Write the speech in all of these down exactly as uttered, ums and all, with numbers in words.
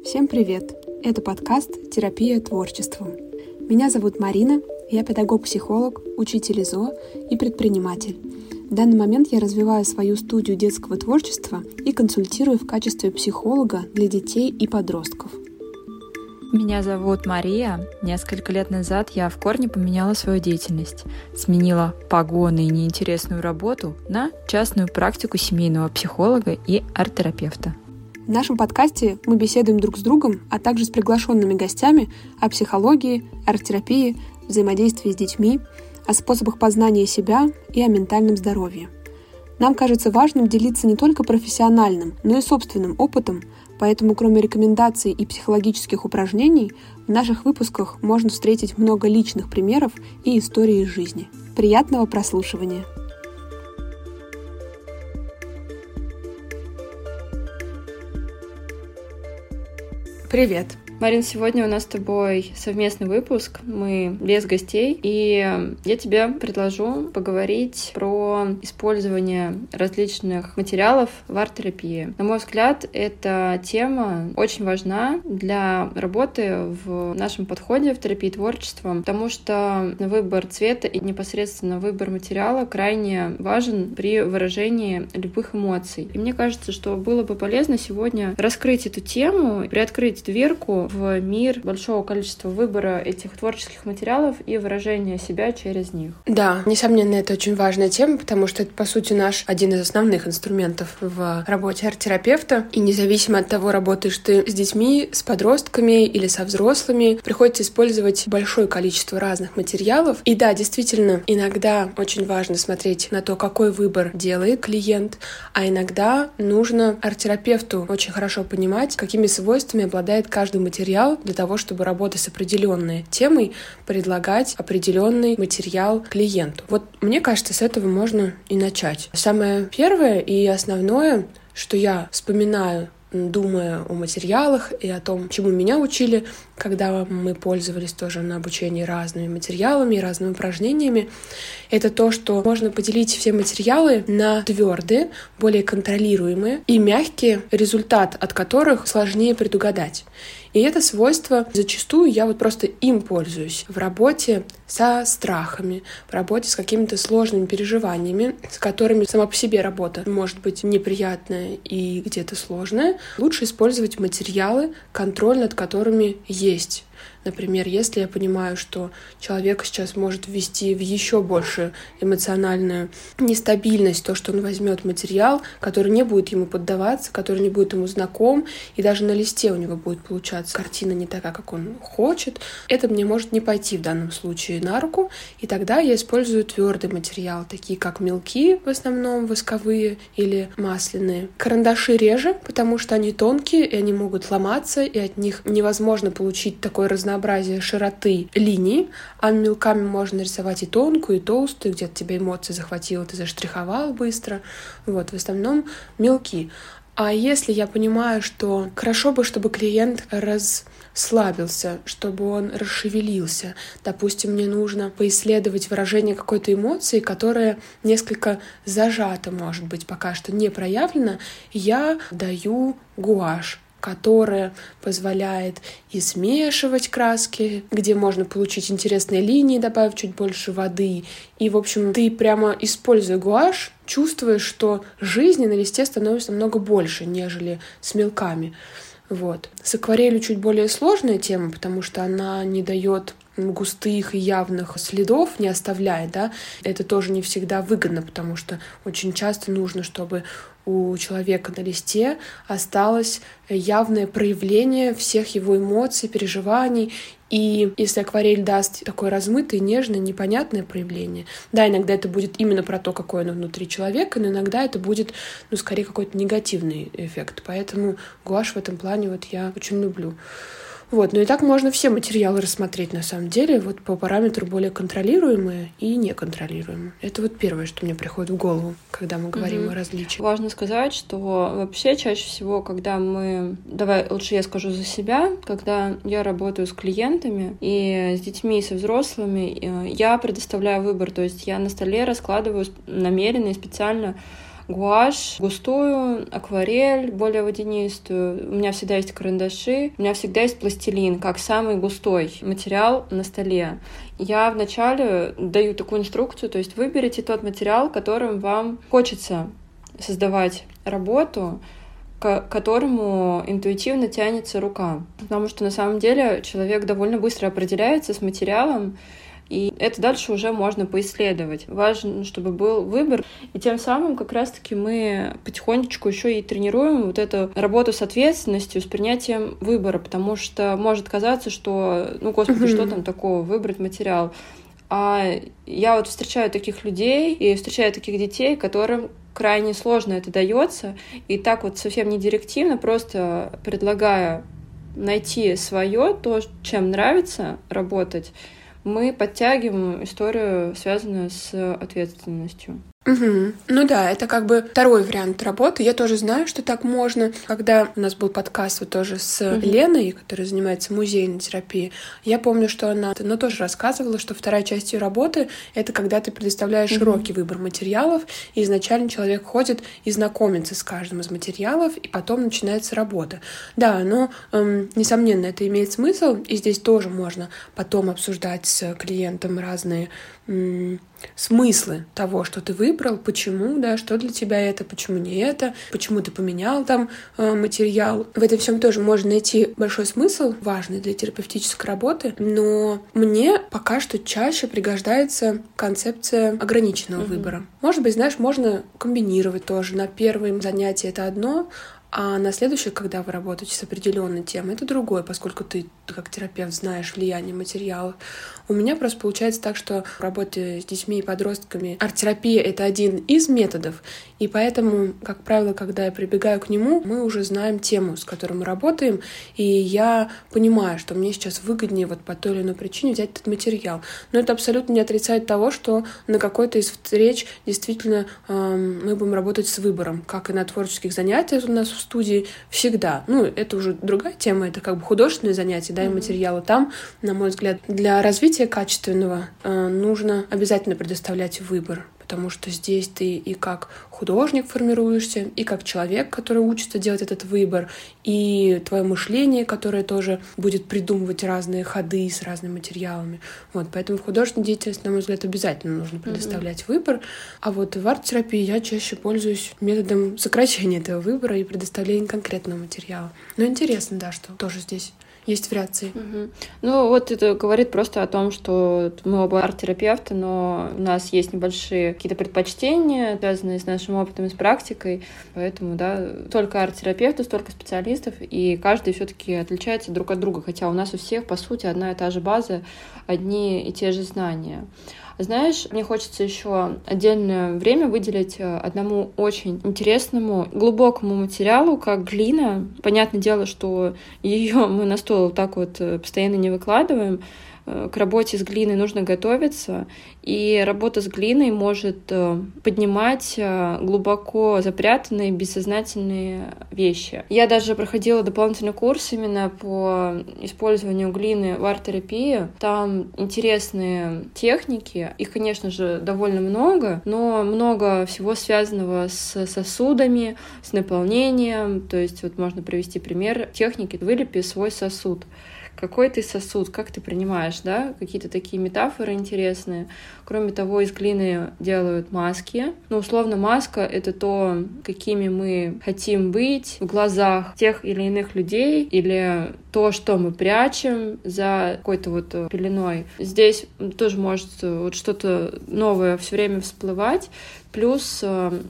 Всем привет! Это подкаст «Терапия творчеством». Меня зовут Марина, я педагог-психолог, учитель ИЗО и предприниматель. В данный момент я развиваю свою студию детского творчества и консультирую в качестве психолога для детей и подростков. Меня зовут Мария. Несколько лет назад я в корне поменяла свою деятельность. Сменила погоны и неинтересную работу на частную практику семейного психолога и арт-терапевта. В нашем подкасте мы беседуем друг с другом, а также с приглашенными гостями о психологии, арт-терапии, взаимодействии с детьми, о способах познания себя и о ментальном здоровье. Нам кажется важным делиться не только профессиональным, но и собственным опытом, поэтому кроме рекомендаций и психологических упражнений, в наших выпусках можно встретить много личных примеров и истории из жизни. Приятного прослушивания! Привет! Марин, сегодня у нас с тобой совместный выпуск, мы без гостей, и я тебе предложу поговорить про использование различных материалов в арт-терапии. На мой взгляд, эта тема очень важна для работы в нашем подходе в терапии творчества, потому что выбор цвета и непосредственно выбор материала крайне важен при выражении любых эмоций. И мне кажется, что было бы полезно сегодня раскрыть эту тему, приоткрыть дверку в мир большого количества выбора этих творческих материалов и выражения себя через них. Да, несомненно, это очень важная тема, потому что это, по сути, наш один из основных инструментов в работе арт-терапевта. И независимо от того, работаешь ты с детьми, с подростками или со взрослыми, приходится использовать большое количество разных материалов. И да, действительно, иногда очень важно смотреть на то, какой выбор делает клиент, а иногда нужно арт-терапевту очень хорошо понимать, какими свойствами обладает каждый материал, материал для того, чтобы работать с определенной темой, предлагать определенный материал клиенту. Вот мне кажется, с этого можно и начать. Самое первое и основное, что я вспоминаю, думая о материалах и о том, чему меня учили, когда мы пользовались тоже на обучении разными материалами и разными упражнениями, это то, что можно поделить все материалы на твердые, более контролируемые и мягкие, результат от которых сложнее предугадать. И это свойство зачастую я вот просто им пользуюсь в работе со страхами, в работе с какими-то сложными переживаниями, с которыми сама по себе работа может быть неприятная и где-то сложная. Лучше использовать материалы, контроль над которыми есть. Например, если я понимаю, что человек сейчас может ввести в еще большую эмоциональную нестабильность, то, что он возьмет материал, который не будет ему поддаваться, который не будет ему знаком, и даже на листе у него будет получаться картина не такая, как он хочет, это мне может не пойти в данном случае на руку, и тогда я использую твердый материал, такие как мелки, в основном восковые или масляные. Карандаши реже, потому что они тонкие, и они могут ломаться, и от них невозможно получить такой разнообразие широты линий, а мелками можно рисовать и тонкую, и толстую, где-то тебя эмоции захватило, ты заштриховал быстро. Вот, в основном мелки. А если я понимаю, что хорошо бы, чтобы клиент расслабился, чтобы он расшевелился, допустим, мне нужно поисследовать выражение какой-то эмоции, которая несколько зажата, может быть, пока что не проявлена, я даю гуашь, которая позволяет и смешивать краски, где можно получить интересные линии, добавив чуть больше воды. И, в общем, ты прямо, используя гуашь, чувствуешь, что жизни на листе становится намного больше, нежели с мелками. Вот. С акварелью чуть более сложная тема, потому что она не дает густых и явных следов, не оставляет, да. Это тоже не всегда выгодно, потому что очень часто нужно, чтобы у человека на листе осталось явное проявление всех его эмоций, переживаний. И если акварель даст такое размытое, нежное, непонятное проявление, да, иногда это будет именно про то, какой он внутри человека, но иногда это будет, ну, скорее какой-то негативный эффект. Поэтому гуашь в этом плане вот я очень люблю. Вот, ну и так можно все материалы рассмотреть на самом деле, вот по параметру более контролируемые и неконтролируемые. Это вот первое, что мне приходит в голову, когда мы говорим mm-hmm. о различиях. Важно сказать, что вообще чаще всего, когда мы... Давай лучше я скажу за себя. Когда я работаю с клиентами и с детьми, и со взрослыми, я предоставляю выбор. То есть я на столе раскладываю намеренно и специально гуашь густую, акварель более водянистую. У меня всегда есть карандаши, у меня всегда есть пластилин, как самый густой материал на столе. Я вначале даю такую инструкцию, то есть выберите тот материал, которым вам хочется создавать работу, к которому интуитивно тянется рука. Потому что на самом деле человек довольно быстро определяется с материалом, и это дальше уже можно поисследовать. Важно, чтобы был выбор. И тем самым как раз-таки мы потихонечку еще и тренируем вот эту работу с ответственностью, с принятием выбора, потому что может казаться, что, ну, господи, что там такого, выбрать материал. А я вот встречаю таких людей и встречаю таких детей, которым крайне сложно это дается, и так вот совсем не директивно, просто предлагая найти свое, то, чем нравится работать, мы подтягиваем историю, связанную с ответственностью. Угу. Ну да, это как бы второй вариант работы. Я тоже знаю, что так можно. Когда у нас был подкаст вот тоже с угу. Леной, которая занимается музейной терапией, я помню, что она ну, тоже рассказывала, что вторая часть ее работы — это когда ты предоставляешь угу. широкий выбор материалов, и изначально человек ходит и знакомится с каждым из материалов, и потом начинается работа. Да, но, эм, несомненно, это имеет смысл, и здесь тоже можно потом обсуждать с клиентом разные м- смыслы того, что ты выбрал, почему, да, что для тебя это, почему не это, почему ты поменял там э, материал. В этом всем тоже можно найти большой смысл, важный для терапевтической работы, но мне пока что чаще пригождается концепция ограниченного mm-hmm. выбора. Может быть, знаешь, можно комбинировать тоже. На первом занятии это одно, а на следующее, когда вы работаете с определенной темой, это другое, поскольку ты, как терапевт, знаешь влияние материалов. У меня просто получается так, что в работе с детьми и подростками арт-терапия — это один из методов, и поэтому, как правило, когда я прибегаю к нему, мы уже знаем тему, с которой мы работаем, и я понимаю, что мне сейчас выгоднее вот по той или иной причине взять этот материал. Но это абсолютно не отрицает того, что на какой-то из встреч действительно эм, мы будем работать с выбором, как и на творческих занятиях у нас в студии всегда. Ну, это уже другая тема, это как бы художественные занятия, да, и mm-hmm. материалы. Там, на мой взгляд, для развития качественного э, нужно обязательно предоставлять выбор, потому что здесь ты и как художник формируешься, и как человек, который учится делать этот выбор, и твое мышление, которое тоже будет придумывать разные ходы с разными материалами. Вот, поэтому в художественной деятельности, на мой взгляд, обязательно нужно предоставлять mm-hmm. выбор. А вот в арт-терапии я чаще пользуюсь методом сокращения этого выбора и предоставления конкретного материала. Но интересно, да, что тоже здесь есть вариации. Угу. Ну, вот это говорит просто о том, что мы оба арт-терапевты, но у нас есть небольшие какие-то предпочтения, связанные с нашим опытом и с практикой. Поэтому, да, столько арт-терапевтов, столько специалистов, и каждый все-таки отличается друг от друга. Хотя у нас у всех, по сути, одна и та же база, одни и те же знания. Знаешь, мне хочется еще отдельное время выделить одному очень интересному, глубокому материалу, как глина. Понятное дело, что ее мы на стол вот так вот постоянно не выкладываем. К работе с глиной нужно готовиться, и работа с глиной может поднимать глубоко запрятанные бессознательные вещи. Я даже проходила дополнительный курс именно по использованию глины в арт-терапии. Там интересные техники, их, конечно же, довольно много, но много всего связанного с сосудами, с наполнением. То есть вот можно привести пример техники «Вылепи свой сосуд». Какой ты сосуд, как ты принимаешь, да, какие-то такие метафоры интересные. Кроме того, из глины делают маски. Ну, условно, маска — это то, какими мы хотим быть в глазах тех или иных людей, или то, что мы прячем за какой-то вот пеленой. Здесь тоже может вот что-то новое все время всплывать. Плюс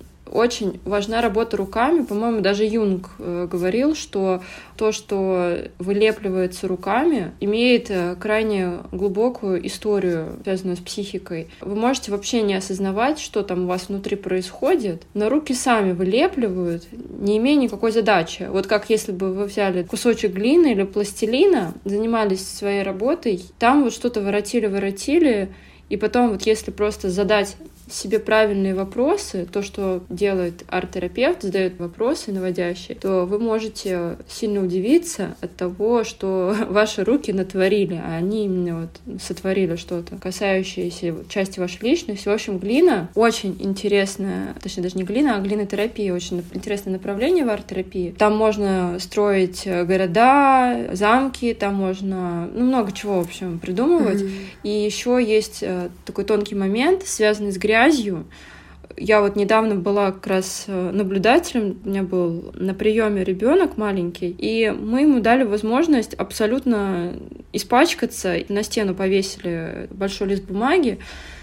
очень важна работа руками. По-моему, даже Юнг э, говорил, что то, что вылепливается руками, имеет э, крайне глубокую историю, связанную с психикой. Вы можете вообще не осознавать, что там у вас внутри происходит, но руки сами вылепливают, не имея никакой задачи. Вот как если бы вы взяли кусочек глины или пластилина, занимались своей работой, там вот что-то воротили-воротили, и потом вот если просто задать себе правильные вопросы, то, что делает арт-терапевт, задает вопросы наводящие, то вы можете сильно удивиться от того, что ваши руки натворили, а они именно вот сотворили что-то, касающееся части вашей личности. В общем, глина очень интересная, точнее, даже не глина, а глинотерапия, очень интересное направление в арт-терапии. Там можно строить города, замки, там можно, ну, много чего, в общем, придумывать. Mm-hmm. И еще есть такой тонкий момент, связанный с грязью. Я вот недавно была как раз наблюдателем, у меня был на приеме ребенок маленький, и мы ему дали возможность абсолютно испачкаться. На стену повесили большой лист бумаги.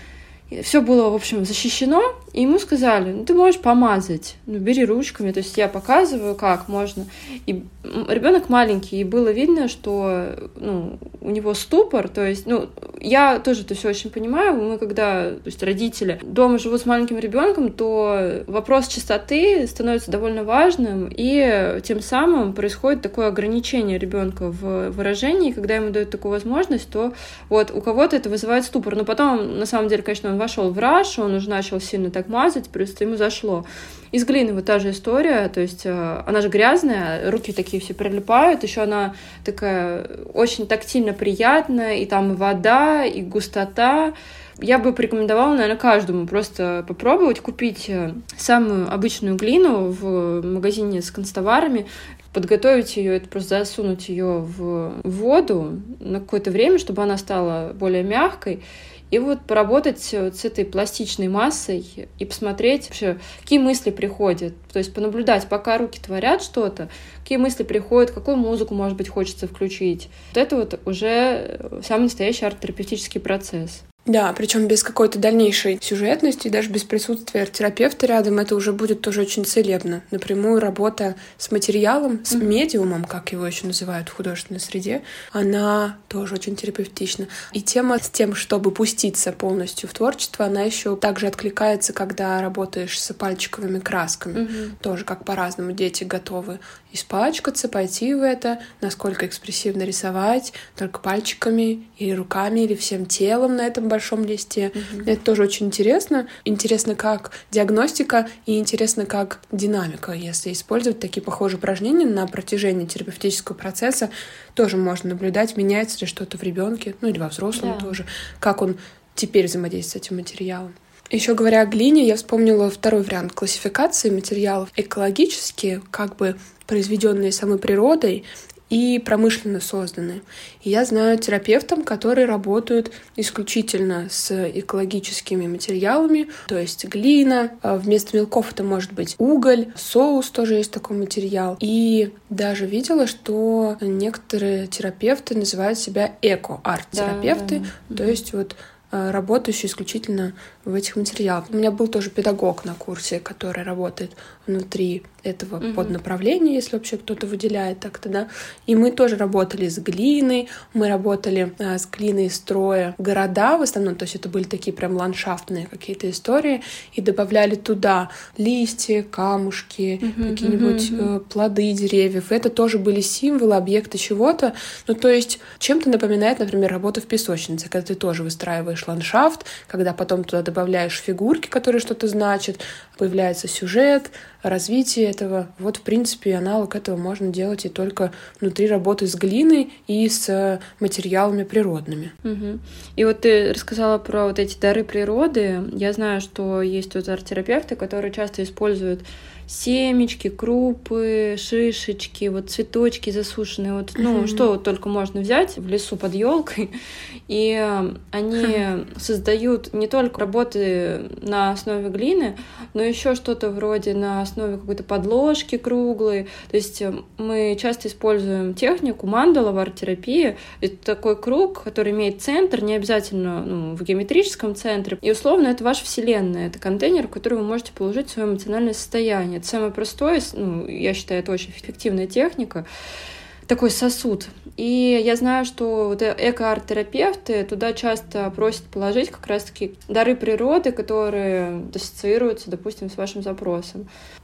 Все было, в общем, защищено, и ему сказали, ну, ты можешь помазать, ну, бери ручками, то есть я показываю, как можно. И ребенок маленький, и было видно, что, ну, у него ступор, то есть, ну, я тоже это все очень понимаю, мы когда, то есть родители дома живут с маленьким ребенком, то вопрос чистоты становится довольно важным, и тем самым происходит такое ограничение ребенка в выражении, когда ему дают такую возможность, то вот у кого-то это вызывает ступор, но потом, на самом деле, конечно, он вошел в раж, он уже начал сильно так мазать, просто ему зашло. Из глины вот та же история, то есть она же грязная, руки такие все прилипают, еще она такая очень тактильно приятная, и там и вода, и густота. Я бы порекомендовала, наверное, каждому просто попробовать купить самую обычную глину в магазине с канцтоварами, подготовить ее, это просто засунуть ее в воду на какое-то время, чтобы она стала более мягкой. И вот поработать вот с этой пластичной массой и посмотреть вообще, какие мысли приходят. То есть понаблюдать, пока руки творят что-то, какие мысли приходят, какую музыку, может быть, хочется включить. Вот это вот уже самый настоящий арт-терапевтический процесс. Да, причем без какой-то дальнейшей сюжетности, даже без присутствия арт-терапевта рядом, это уже будет тоже очень целебно. Напрямую работа с материалом, с mm-hmm. медиумом, как его еще называют в художественной среде, она тоже очень терапевтична. И тема с тем, чтобы пуститься полностью в творчество, она еще также откликается, когда работаешь с пальчиковыми красками. Mm-hmm. Тоже как по-разному дети готовы испачкаться, пойти в это, насколько экспрессивно рисовать, только пальчиками или руками, или всем телом на этом большом листе. Mm-hmm. Это тоже очень интересно. Интересно как диагностика и интересно как динамика. Если использовать такие похожие упражнения на протяжении терапевтического процесса, тоже можно наблюдать, меняется ли что-то в ребенке, ну или во взрослом yeah. тоже, как он теперь взаимодействует с этим материалом. Еще говоря о глине, я вспомнила второй вариант классификации материалов. Экологические, как бы произведенные самой природой, и промышленно созданные. И я знаю терапевтов, которые работают исключительно с экологическими материалами, то есть глина, вместо мелков это может быть уголь, соус тоже есть такой материал. И даже видела, что некоторые терапевты называют себя эко-арт-терапевты, да, да. То есть вот работающие исключительно в этих материалах. У меня был тоже педагог на курсе, который работает внутри этого mm-hmm. поднаправления, если вообще кто-то выделяет так-то, да. И мы тоже работали с глиной, мы работали а, с глиной строя города в основном, то есть это были такие прям ландшафтные какие-то истории, и добавляли туда листья, камушки, mm-hmm. какие-нибудь mm-hmm. э, плоды деревьев. И это тоже были символы, объекты чего-то. Ну, то есть чем-то напоминает, например, работа в песочнице, когда ты тоже выстраиваешь ландшафт, когда потом туда добавляешь фигурки, которые что-то значат, появляется сюжет, развитие этого. Вот, в принципе, аналог этого можно делать и только внутри работы с глиной и с материалами природными. Угу. И вот ты рассказала про вот эти дары природы. Я знаю, что есть тут арт-терапевты, которые часто используют семечки, крупы, шишечки, вот цветочки засушенные, вот, ну, mm-hmm. что вот только можно взять в лесу под елкой, и они mm-hmm. создают не только работы на основе глины, но еще что-то вроде на основе какой-то подложки круглой. То есть мы часто используем технику мандала в арт-терапии. Это такой круг, который имеет центр, не обязательно ну, в геометрическом центре, и условно это ваша вселенная, это контейнер, в который вы можете положить свое эмоциональное состояние. Это самое простое, ну, я считаю, это очень эффективная техника, такой сосуд. И я знаю, что вот эко-арт-терапевты туда часто просят положить как раз-таки дары природы, которые ассоциируются, допустим, с вашим запросом.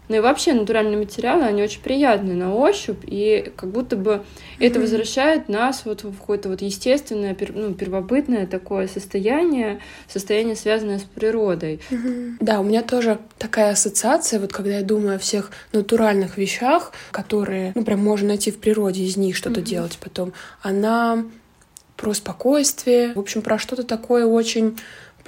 Ну и вообще натуральные материалы, они очень приятные на ощупь, и как будто бы mm-hmm. это возвращает нас вот в какое-то вот естественное, ну, первобытное такое состояние, состояние, связанное с природой. Mm-hmm. Да, у меня тоже такая ассоциация, вот когда я думаю о всех натуральных вещах, которые, ну, прям можно найти в природе, из них что-то mm-hmm. делать потом, она про спокойствие, в общем, про что-то такое очень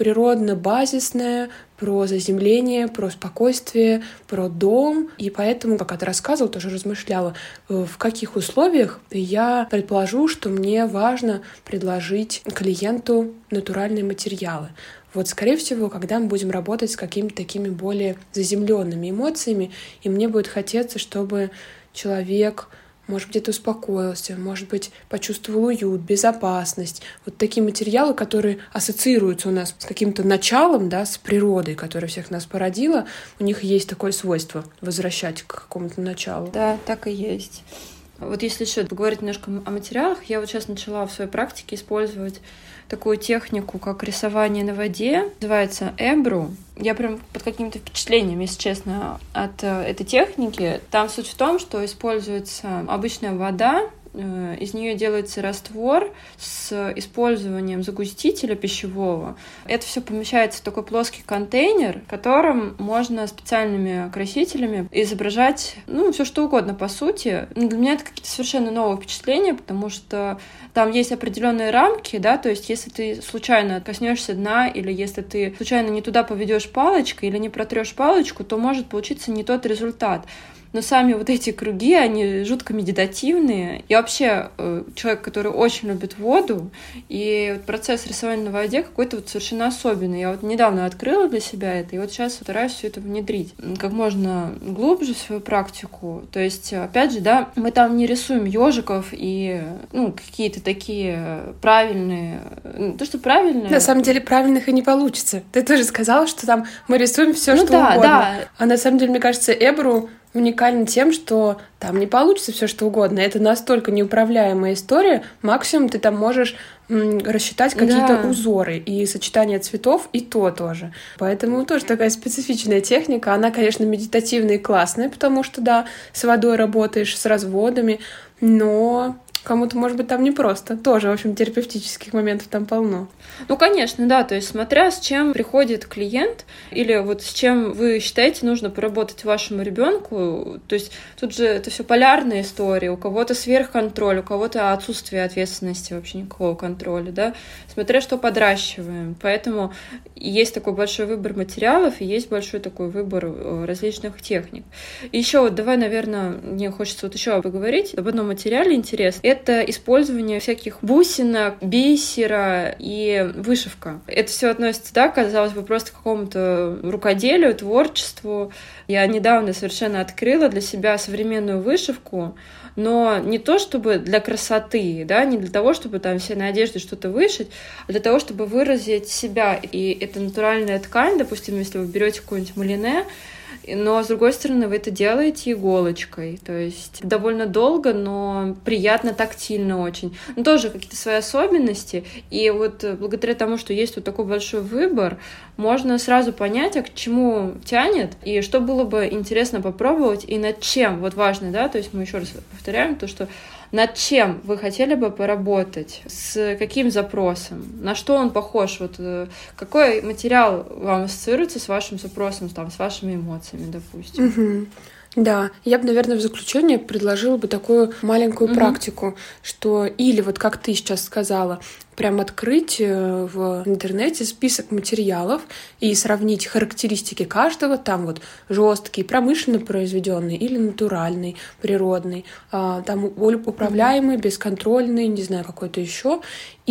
природно-базисное, про заземление, про спокойствие, про дом. И поэтому, как я рассказывала, тоже размышляла, в каких условиях я предположу, что мне важно предложить клиенту натуральные материалы. Вот, скорее всего, когда мы будем работать с какими-то такими более заземленными эмоциями, и мне будет хотеться, чтобы человек, может быть, где-то успокоился, может быть, почувствовал уют, безопасность. Вот такие материалы, которые ассоциируются у нас с каким-то началом, да, с природой, которая всех нас породила, у них есть такое свойство возвращать к какому-то началу. Да, так и есть. Вот если еще поговорить немножко о материалах, я вот сейчас начала в своей практике использовать такую технику, как рисование на воде, называется эбру. Я прям под каким-то впечатлением, если честно, от этой техники. Там суть в том, что используется обычная вода, из нее делается раствор с использованием загустителя пищевого. Это все помещается в такой плоский контейнер, в котором можно специальными красителями изображать, ну, все что угодно, по сути. Для меня это какие-то совершенно новые впечатления, потому что там есть определенные рамки, да, то есть если ты случайно коснешься дна, или если ты случайно не туда поведешь палочкой или не протрешь палочку, то может получиться не тот результат. Но сами вот эти круги, они жутко медитативные. Я вообще э, человек, который очень любит воду, и вот процесс рисования на воде какой-то вот совершенно особенный. Я вот недавно открыла для себя это, и вот сейчас стараюсь все это внедрить как можно глубже в свою практику. То есть, опять же, да, мы там не рисуем ежиков и, ну, какие-то такие правильные... То, что правильные... На самом деле правильных и не получится. Ты тоже сказала, что там мы рисуем все, ну, что да, угодно. Да. А на самом деле, мне кажется, эбру уникален тем, что там не получится все что угодно. Это настолько неуправляемая история. Максимум ты там можешь м, рассчитать какие-то да. узоры и сочетание цветов, и то тоже. Поэтому тоже такая специфичная техника. Она, конечно, медитативная и классная, потому что, да, с водой работаешь, с разводами, но кому-то, может быть, там непросто. Тоже, в общем, терапевтических моментов там полно. Ну, конечно, да. То есть, смотря с чем приходит клиент, или вот с чем вы считаете нужно поработать вашему ребенку. То есть, тут же это все полярная история. У кого-то сверхконтроль, у кого-то отсутствие ответственности, вообще никакого контроля, да. Смотря что подращиваем. Поэтому есть такой большой выбор материалов, и есть большой такой выбор различных техник. И еще вот давай, наверное, мне хочется вот еще поговорить об одном материале интересном. Это использование всяких бусинок, бисера и вышивка. Это все относится, да, казалось бы, просто к какому-то рукоделию, творчеству. Я недавно совершенно открыла для себя современную вышивку, но не то чтобы для красоты, да, не для того, чтобы там все на одежде что-то вышить, а для того, чтобы выразить себя. И это натуральная ткань, допустим, если вы берете какой-нибудь малине, но, с другой стороны, вы это делаете иголочкой, то есть довольно долго, но приятно, тактильно очень. Но тоже какие-то свои особенности, и вот благодаря тому, что есть вот такой большой выбор, можно сразу понять, а к чему тянет, и что было бы интересно попробовать, и над чем, вот важно, да, то есть мы еще раз повторяем то, что над чем вы хотели бы поработать, с каким запросом, на что он похож, вот какой материал вам ассоциируется с вашим запросом, там, с вашими эмоциями, допустим. Угу. Да, я бы, наверное, в заключение предложила бы такую маленькую mm-hmm. практику, что или вот как ты сейчас сказала, прям открыть в интернете список материалов и сравнить характеристики каждого, там вот жесткий, промышленно произведенный или натуральный, природный, там управляемый, бесконтрольный, не знаю, какой-то еще,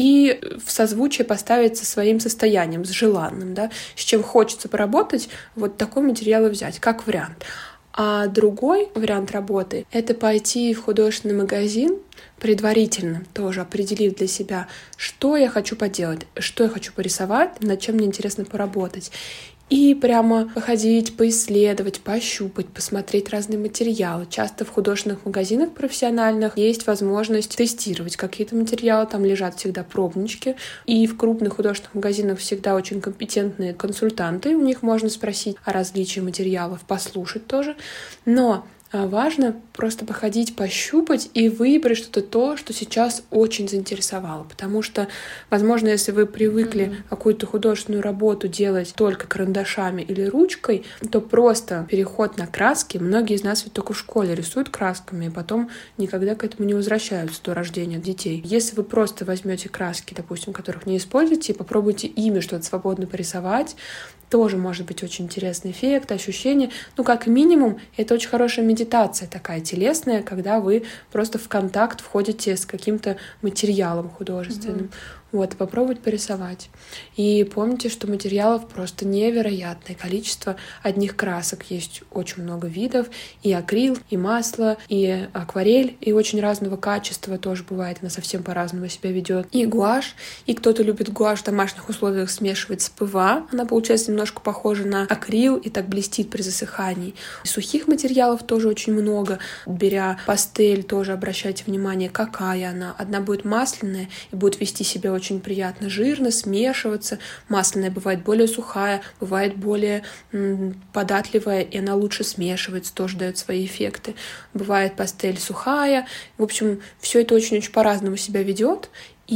и в созвучие поставить со своим состоянием, с желанным, да, с чем хочется поработать, вот такой материал и взять, как вариант. А другой вариант работы — это пойти в художественный магазин, предварительно тоже определив для себя, что я хочу поделать, что я хочу порисовать, над чем мне интересно поработать. и прямо походить, поисследовать, пощупать, посмотреть разные материалы. Часто в художественных магазинах профессиональных есть возможность тестировать какие-то материалы, там лежат всегда пробнички, и в крупных художественных магазинах всегда очень компетентные консультанты, у них можно спросить о различии материалов, послушать тоже, но важно просто походить, пощупать и выбрать что-то то, что сейчас очень заинтересовало. Потому что, возможно, если вы привыкли mm-hmm. какую-то художественную работу делать только карандашами или ручкой, то просто переход на краски, многие из нас ведь только в школе рисуют красками, и потом никогда к этому не возвращаются до рождения детей. Если вы просто возьмете краски, допустим, которых не используете, и попробуйте ими что-то свободно порисовать, тоже может быть очень интересный эффект, ощущение. Ну, как минимум, это очень хорошая медитация такая телесная, когда вы просто в контакт входите с каким-то материалом художественным. Mm-hmm. Вот, попробовать порисовать. И помните, что материалов просто невероятное количество. Одних красок есть очень много видов. И акрил, и масло, и акварель, и очень разного качества тоже бывает. Она совсем по-разному себя ведет. И гуашь. И кто-то любит гуашь в домашних условиях смешивать с ПВА. Она получается немножко похожа на акрил и так блестит при засыхании. И сухих материалов тоже очень много. Беря пастель, тоже обращайте внимание, какая она. Одна будет масляная и будет вести себя очень приятно, жирно, смешиваться. Масляная бывает более сухая, бывает более м, податливая, и она лучше смешивается, тоже дает свои эффекты. Бывает пастель сухая. В общем, все это очень-очень по-разному себя ведет.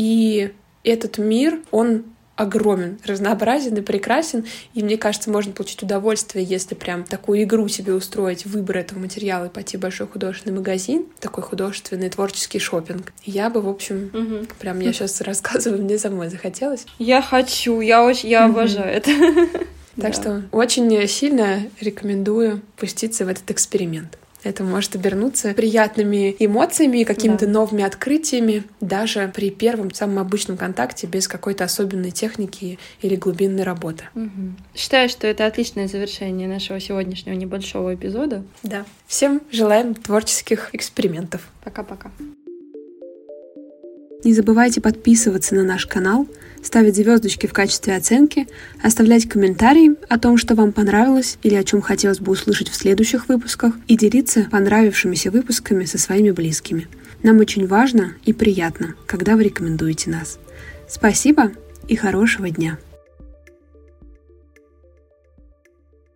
И этот мир, он огромен, разнообразен и прекрасен, и мне кажется, можно получить удовольствие, если прям такую игру себе устроить, выбор этого материала и пойти в большой художественный магазин, такой художественный творческий шопинг. Я бы, в общем, угу. прям я сейчас рассказываю, мне самой захотелось. Я хочу, я очень, я угу. обожаю это. Так что очень сильно рекомендую пуститься в этот эксперимент. Это может обернуться приятными эмоциями, какими-то да. новыми открытиями, даже при первом, самом обычном контакте, без какой-то особенной техники или глубинной работы. Угу. Считаю, что это отличное завершение нашего сегодняшнего небольшого эпизода. Да. Всем желаем творческих экспериментов. Пока-пока. Не забывайте подписываться на наш канал, ставить звездочки в качестве оценки, оставлять комментарии о том, что вам понравилось или о чем хотелось бы услышать в следующих выпусках, и делиться понравившимися выпусками со своими близкими. Нам очень важно и приятно, когда вы рекомендуете нас. Спасибо и хорошего дня!